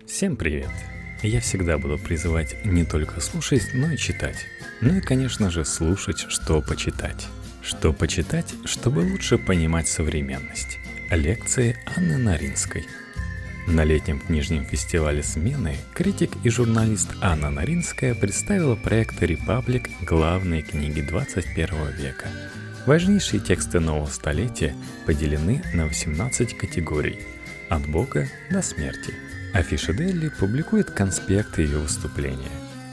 Всем привет! Я всегда буду призывать не только слушать, но и читать. Ну и, конечно же, слушать, что почитать. Что почитать, чтобы лучше понимать современность. Лекции Анны Наринской. На летнем книжном фестивале «Смены» критик и журналист Анна Наринская представила проект «Репаблик. Главные книги 21 века». Важнейшие тексты нового столетия поделены на 18 категорий – от Бога до смерти. Афиша Делли публикует конспекты ее выступления.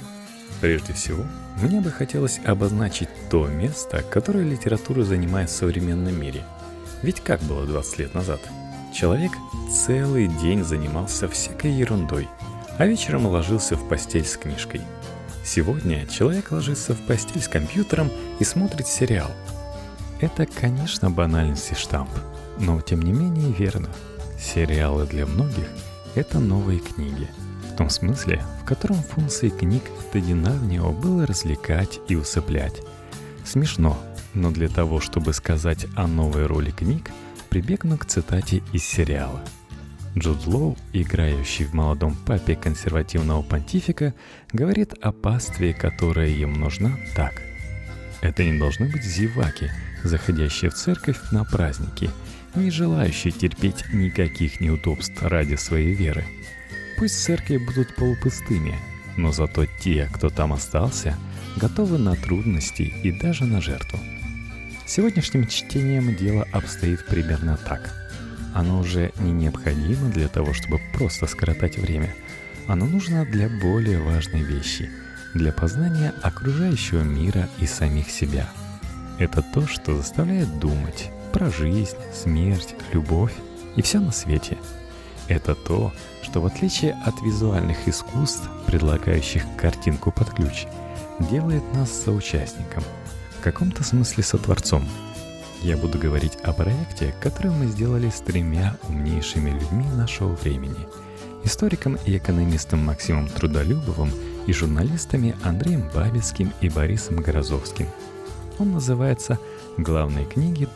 Прежде всего, мне бы хотелось обозначить то место, которое литература занимает в современном мире. Ведь как было 20 лет назад? Человек целый день занимался всякой ерундой, а вечером ложился в постель с книжкой. Сегодня человек ложится в постель с компьютером и смотрит сериал. Это, конечно, банальность и штамп, но тем не менее верно. Сериалы для многих — это новые книги. В том смысле, в котором функцией книг до недавнего было развлекать и усыплять. Смешно, но для того, чтобы сказать о новой роли книг, прибегну к цитате из сериала. Джуд Лоу, играющий в «Молодом папе» консервативного понтифика, говорит о пастве, которая им нужна так. Это не должны быть зеваки, заходящие в церковь на праздники, не желающие терпеть никаких неудобств ради своей веры. Пусть церкви будут полупустыми, но зато те, кто там остался, готовы на трудности и даже на жертву. Сегодняшним чтением дело обстоит примерно так. Оно уже не необходимо для того, чтобы просто скоротать время. Оно нужно для более важной вещи – для познания окружающего мира и самих себя. Это то, что заставляет думать про жизнь, смерть, любовь и все на свете. Это то, что в отличие от визуальных искусств, предлагающих картинку под ключ, делает нас соучастником, в каком-то смысле сотворцом. Я буду говорить о проекте, который мы сделали с 3 умнейшими людьми нашего времени – историком и экономистом Максимом Трудолюбовым и журналистами Андреем Бабицким и Борисом Горозовским. Он называется «Главные книги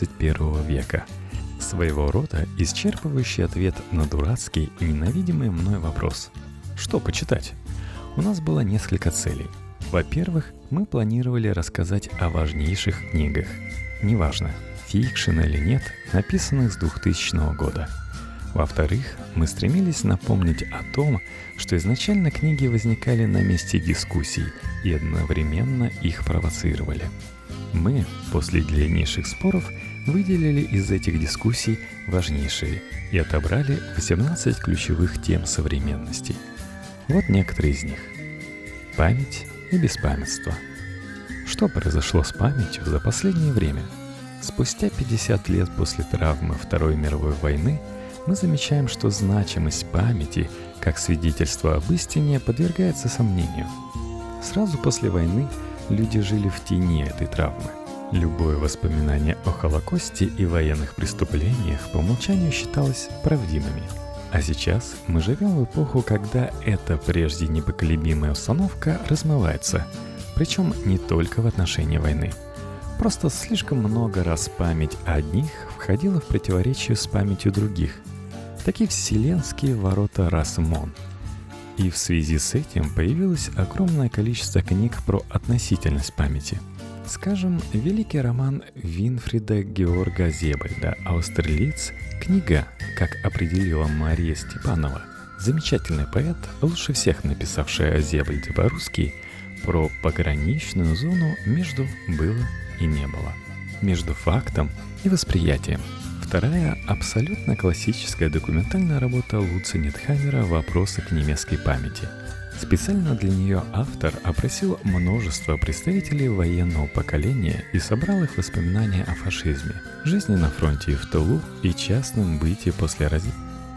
21 века». Своего рода исчерпывающий ответ на дурацкий и ненавидимый мной вопрос. Что почитать? У нас было несколько целей. Во-первых, мы планировали рассказать о важнейших книгах. Неважно, фикшн или нет, написанных с 2000 года. Во-вторых, мы стремились напомнить о том, что изначально книги возникали на месте дискуссий и одновременно их провоцировали. Мы, после длиннейших споров, выделили из этих дискуссий важнейшие и отобрали 18 ключевых тем современности. Вот некоторые из них. Память и беспамятство. Что произошло с памятью за последнее время? Спустя 50 лет после травмы Второй мировой войны мы замечаем, что значимость памяти как свидетельство об истине подвергается сомнению. Сразу после войны люди жили в тени этой травмы. Любое воспоминание о Холокосте и военных преступлениях по умолчанию считалось правдивыми. А сейчас мы живем в эпоху, когда эта прежде непоколебимая установка размывается, причем не только в отношении войны. Просто слишком много раз память о одних входила в противоречие с памятью других. Такие вселенские ворота Расмон. И в связи с этим появилось огромное количество книг про относительность памяти. Скажем, великий роман Винфрида Георга Зебальда «Аустерлиц», книга, как определила Мария Степанова, замечательный поэт, лучше всех написавшая о Зебальде по-русски, про пограничную зону между «было» и «не было», между фактом и восприятием. Вторая – абсолютно классическая документальная работа Луци Нетхаммера «Вопросы к немецкой памяти». Специально для нее автор опросил множество представителей военного поколения и собрал их воспоминания о фашизме, жизни на фронте и в тылу и частном быте после разделения.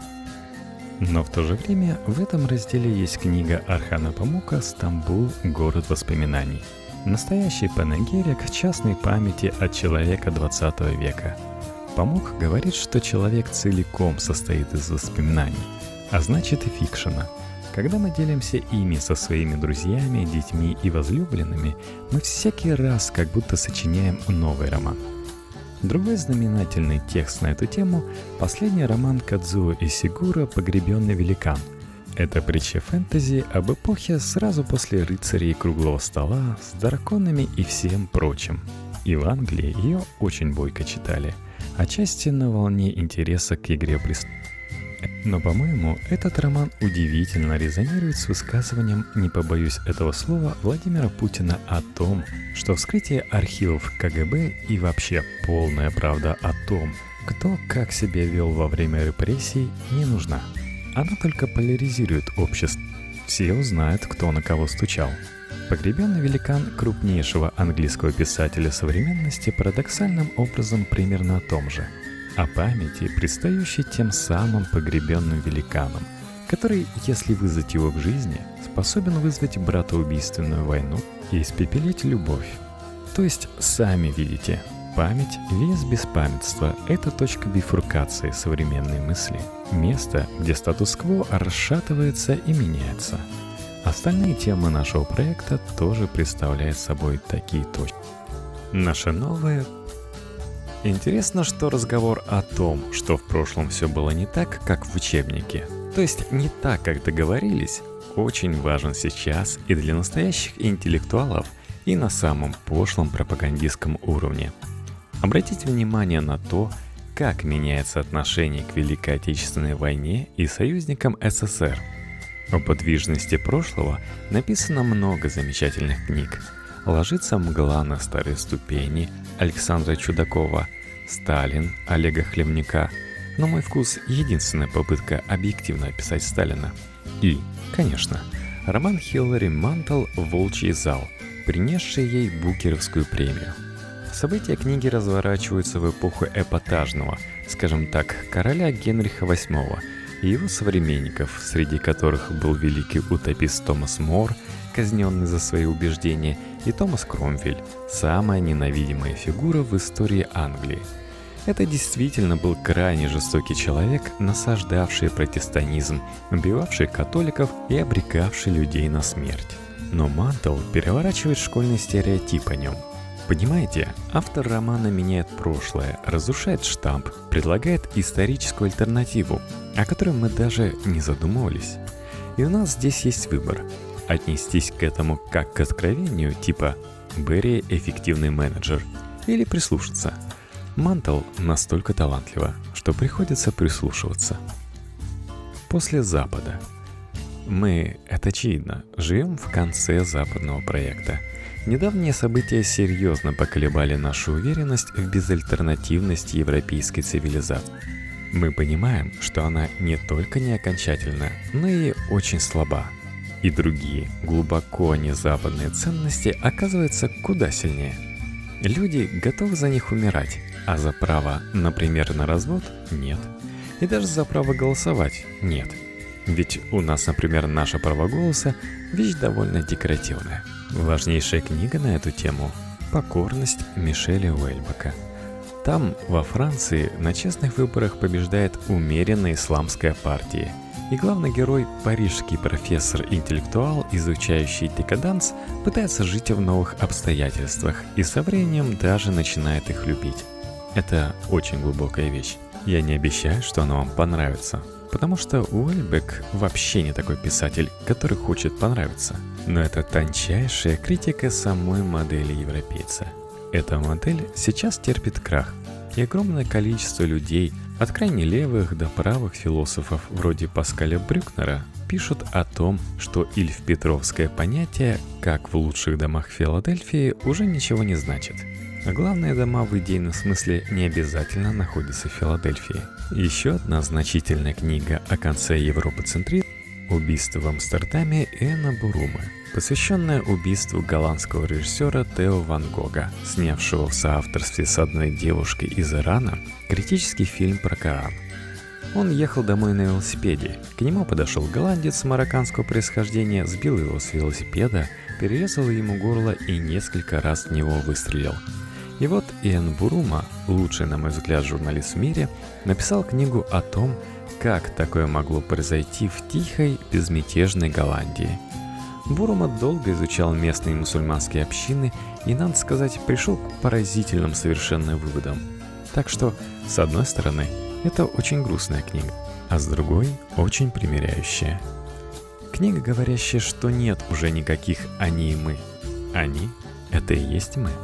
Но в то же время в этом разделе есть книга Орхана Памука «Стамбул. Город воспоминаний». Настоящий панегирик частной памяти от человека 20 века. Памук говорит, что человек целиком состоит из воспоминаний, а значит и фикшена. Когда мы делимся ими со своими друзьями, детьми и возлюбленными, мы всякий раз как будто сочиняем новый роман. Другой знаменательный текст на эту тему – последний роман Кадзуо Исигуро «Погребенный великан». Это притча фэнтези об эпохе сразу после рыцарей круглого стола с драконами и всем прочим. И в Англии ее очень бойко читали, отчасти на волне интереса к «Игре престолов». Но, по-моему, этот роман удивительно резонирует с высказыванием, не побоюсь этого слова, Владимира Путина о том, что вскрытие архивов КГБ и вообще полная правда о том, кто как себя вел во время репрессий, не нужна. Она только поляризирует общество. Все узнают, кто на кого стучал. Погребенный великан крупнейшего английского писателя современности парадоксальным образом примерно о том же. О памяти, предстающей тем самым погребенным великаном, который, если вызвать его к жизни, способен вызвать братоубийственную войну и испепелить любовь. То есть, сами видите, память, вес беспамятства – это точка бифуркации современной мысли, место, где статус-кво расшатывается и меняется. Остальные темы нашего проекта тоже представляют собой такие точки. Наше новое. Интересно, что разговор о том, что в прошлом все было не так, как в учебнике, то есть не так, как договорились, очень важен сейчас и для настоящих интеллектуалов, и на самом пошлом пропагандистском уровне. Обратите внимание на то, как меняется отношение к Великой Отечественной войне и союзникам СССР. О подвижности прошлого написано много замечательных книг. «Ложится мгла на старые ступени» Александра Чудакова, «Сталин» Олега Хлебника. На мой вкус, единственная попытка объективно описать Сталина. И, конечно, роман Хиллари Мантел «Волчий зал», принесший ей Букеровскую премию. События книги разворачиваются в эпоху эпатажного, скажем так, короля Генриха VIII и его современников, среди которых был великий утопист Томас Мор, казненный за свои убеждения, и Томас Кромвель, самая ненавидимая фигура в истории Англии. Это действительно был крайне жестокий человек, насаждавший протестантизм, убивавший католиков и обрекавший людей на смерть. Но Мантел переворачивает школьный стереотип о нем. Понимаете, автор романа меняет прошлое, разрушает штамп, предлагает историческую альтернативу, о которой мы даже не задумывались. И у нас здесь есть выбор. Отнестись к этому как к откровению, типа «Берри – эффективный менеджер», или прислушаться. Мантел настолько талантлива, что приходится прислушиваться. После Запада. Мы, это очевидно, живем в конце западного проекта. Недавние события серьезно поколебали нашу уверенность в безальтернативности европейской цивилизации. Мы понимаем, что она не только не окончательна, но и очень слаба. И другие, глубоко незападные ценности оказываются куда сильнее. Люди готовы за них умирать, а за право, например, на развод – нет. И даже за право голосовать – нет. Ведь у нас, например, наше право голоса – вещь довольно декоративная. Важнейшая книга на эту тему – «Покорность» Мишеля Уэльбека. Там, во Франции, на честных выборах побеждает умеренная исламская партия. И главный герой, парижский профессор-интеллектуал, изучающий декаданс, пытается жить в новых обстоятельствах и со временем даже начинает их любить. Это очень глубокая вещь. Я не обещаю, что она вам понравится, потому что Уэльбек вообще не такой писатель, который хочет понравиться. Но это тончайшая критика самой модели европейца. Эта модель сейчас терпит крах, и огромное количество людей, от крайне левых до правых философов вроде Паскаля Брюкнера, пишут о том, что ильф-петровское понятие, как в лучших домах Филадельфии, уже ничего не значит. А главные дома в идейном смысле не обязательно находятся в Филадельфии. Еще одна значительная книга о конце европоцентризма «Убийство в Амстердаме» Иэна Бурумы, посвященная убийству голландского режиссера Тео Ван Гога, снявшего в соавторстве с одной девушкой из Ирана критический фильм про Коран. Он ехал домой на велосипеде. К нему подошел голландец марокканского происхождения, сбил его с велосипеда, перерезал ему горло и несколько раз в него выстрелил. И вот Иэн Бурума, лучший, на мой взгляд, журналист в мире, написал книгу о том, как такое могло произойти в тихой, безмятежной Голландии. Бурума долго изучал местные мусульманские общины и, надо сказать, пришел к поразительным совершенно выводам. Так что, с одной стороны, это очень грустная книга, а с другой – очень примиряющая. Книга, говорящая, что нет уже никаких «они» и «мы». Они — это и есть мы.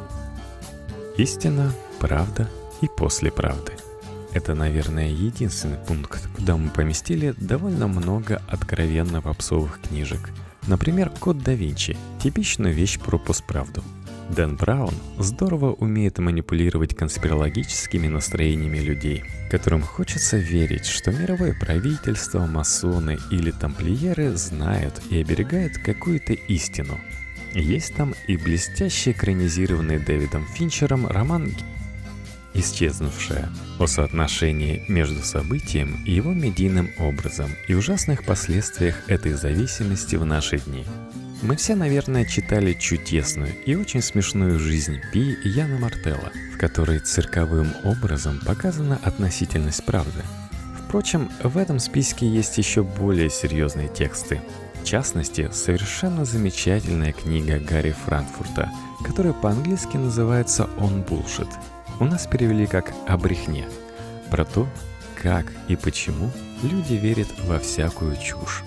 Истина, правда и после правды. Это, наверное, единственный пункт, куда мы поместили довольно много откровенно попсовых книжек. Например, «Код да Винчи» — типичную вещь про постправду. Дэн Браун здорово умеет манипулировать конспирологическими настроениями людей, которым хочется верить, что мировое правительство, масоны или тамплиеры знают и оберегают какую-то истину. Есть там и блестяще экранизированный Дэвидом Финчером роман «Исчезнувшая» о соотношении между событием и его медийным образом и ужасных последствиях этой зависимости в наши дни. Мы все, наверное, читали чудесную и очень смешную жизнь Пи и Яна Мартелла, в которой цирковым образом показана относительность правды. Впрочем, в этом списке есть еще более серьезные тексты. В частности, совершенно замечательная книга Гарри Франкфурта, которая по-английски называется «On Bullshit». У нас перевели как «О брехне», про то, как и почему люди верят во всякую чушь.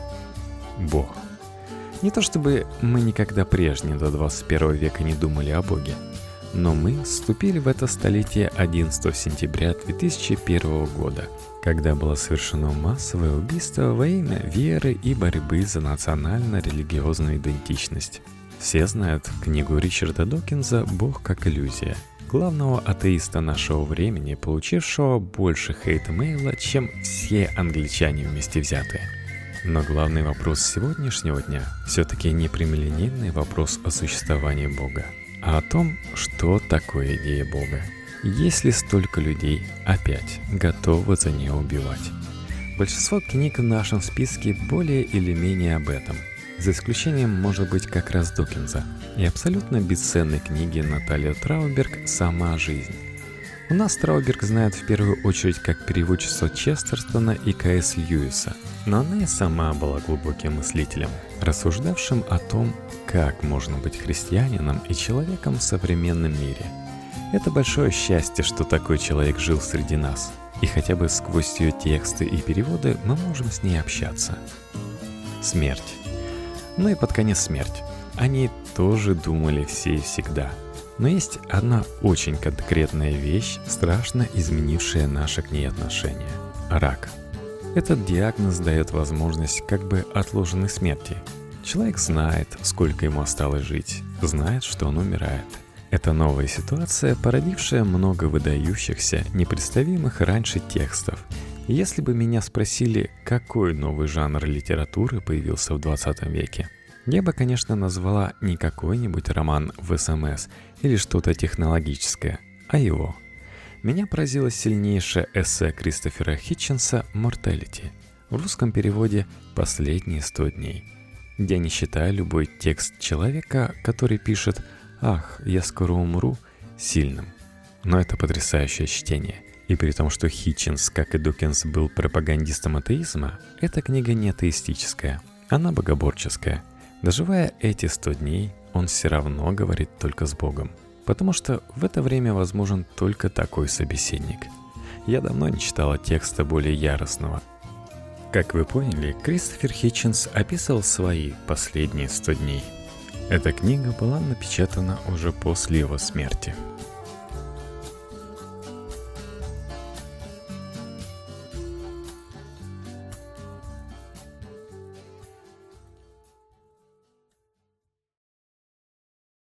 Бог. Не то чтобы мы никогда прежде до 21 века не думали о Боге, но мы вступили в это столетие 11 сентября 2001 года, когда было совершено массовое убийство во имя веры и борьбы за национально-религиозную идентичность. Все знают книгу Ричарда Докинза «Бог как иллюзия», главного атеиста нашего времени, получившего больше хейт-мейла, чем все англичане вместе взятые. Но главный вопрос сегодняшнего дня все-таки не прямолинейный вопрос о существовании Бога, а о том, что такое идея Бога. Есть ли столько людей опять готовы за нее убивать? Большинство книг в нашем списке более или менее об этом, за исключением, может быть, как раз Докинза и абсолютно бесценной книги Натальи Трауберг «Сама жизнь». У нас Трауберг знает в первую очередь как переводчицу Честертона и К.С. Льюиса, но она и сама была глубоким мыслителем, рассуждавшим о том, как можно быть христианином и человеком в современном мире. Это большое счастье, что такой человек жил среди нас, и хотя бы сквозь ее тексты и переводы мы можем с ней общаться. Смерть. Ну и под конец смерть. О ней тоже думали все и всегда. Но есть одна очень конкретная вещь, страшно изменившая наше к ней отношение – рак. Этот диагноз дает возможность как бы отложенной смерти. Человек знает, сколько ему осталось жить, знает, что он умирает. Это новая ситуация, породившая много выдающихся, непредставимых раньше текстов. Если бы меня спросили, какой новый жанр литературы появился в 20 веке, я бы, конечно, назвала не какой-нибудь роман в СМС или что-то технологическое, а его. Меня поразило сильнейшее эссе Кристофера Хитченса «Mortality», в русском переводе «Последние 100 дней», где, не считая любой текст человека, который пишет «Ах, я скоро умру», сильным. Но это потрясающее чтение. И при том, что Хитченс, как и Докинз, был пропагандистом атеизма, эта книга не атеистическая, она богоборческая. Доживая эти 100 дней, он все равно говорит только с Богом, потому что в это время возможен только такой собеседник. Я давно не читала текста более яростного. Как вы поняли, Кристофер Хитченс описывал свои последние 100 дней. Эта книга была напечатана уже после его смерти.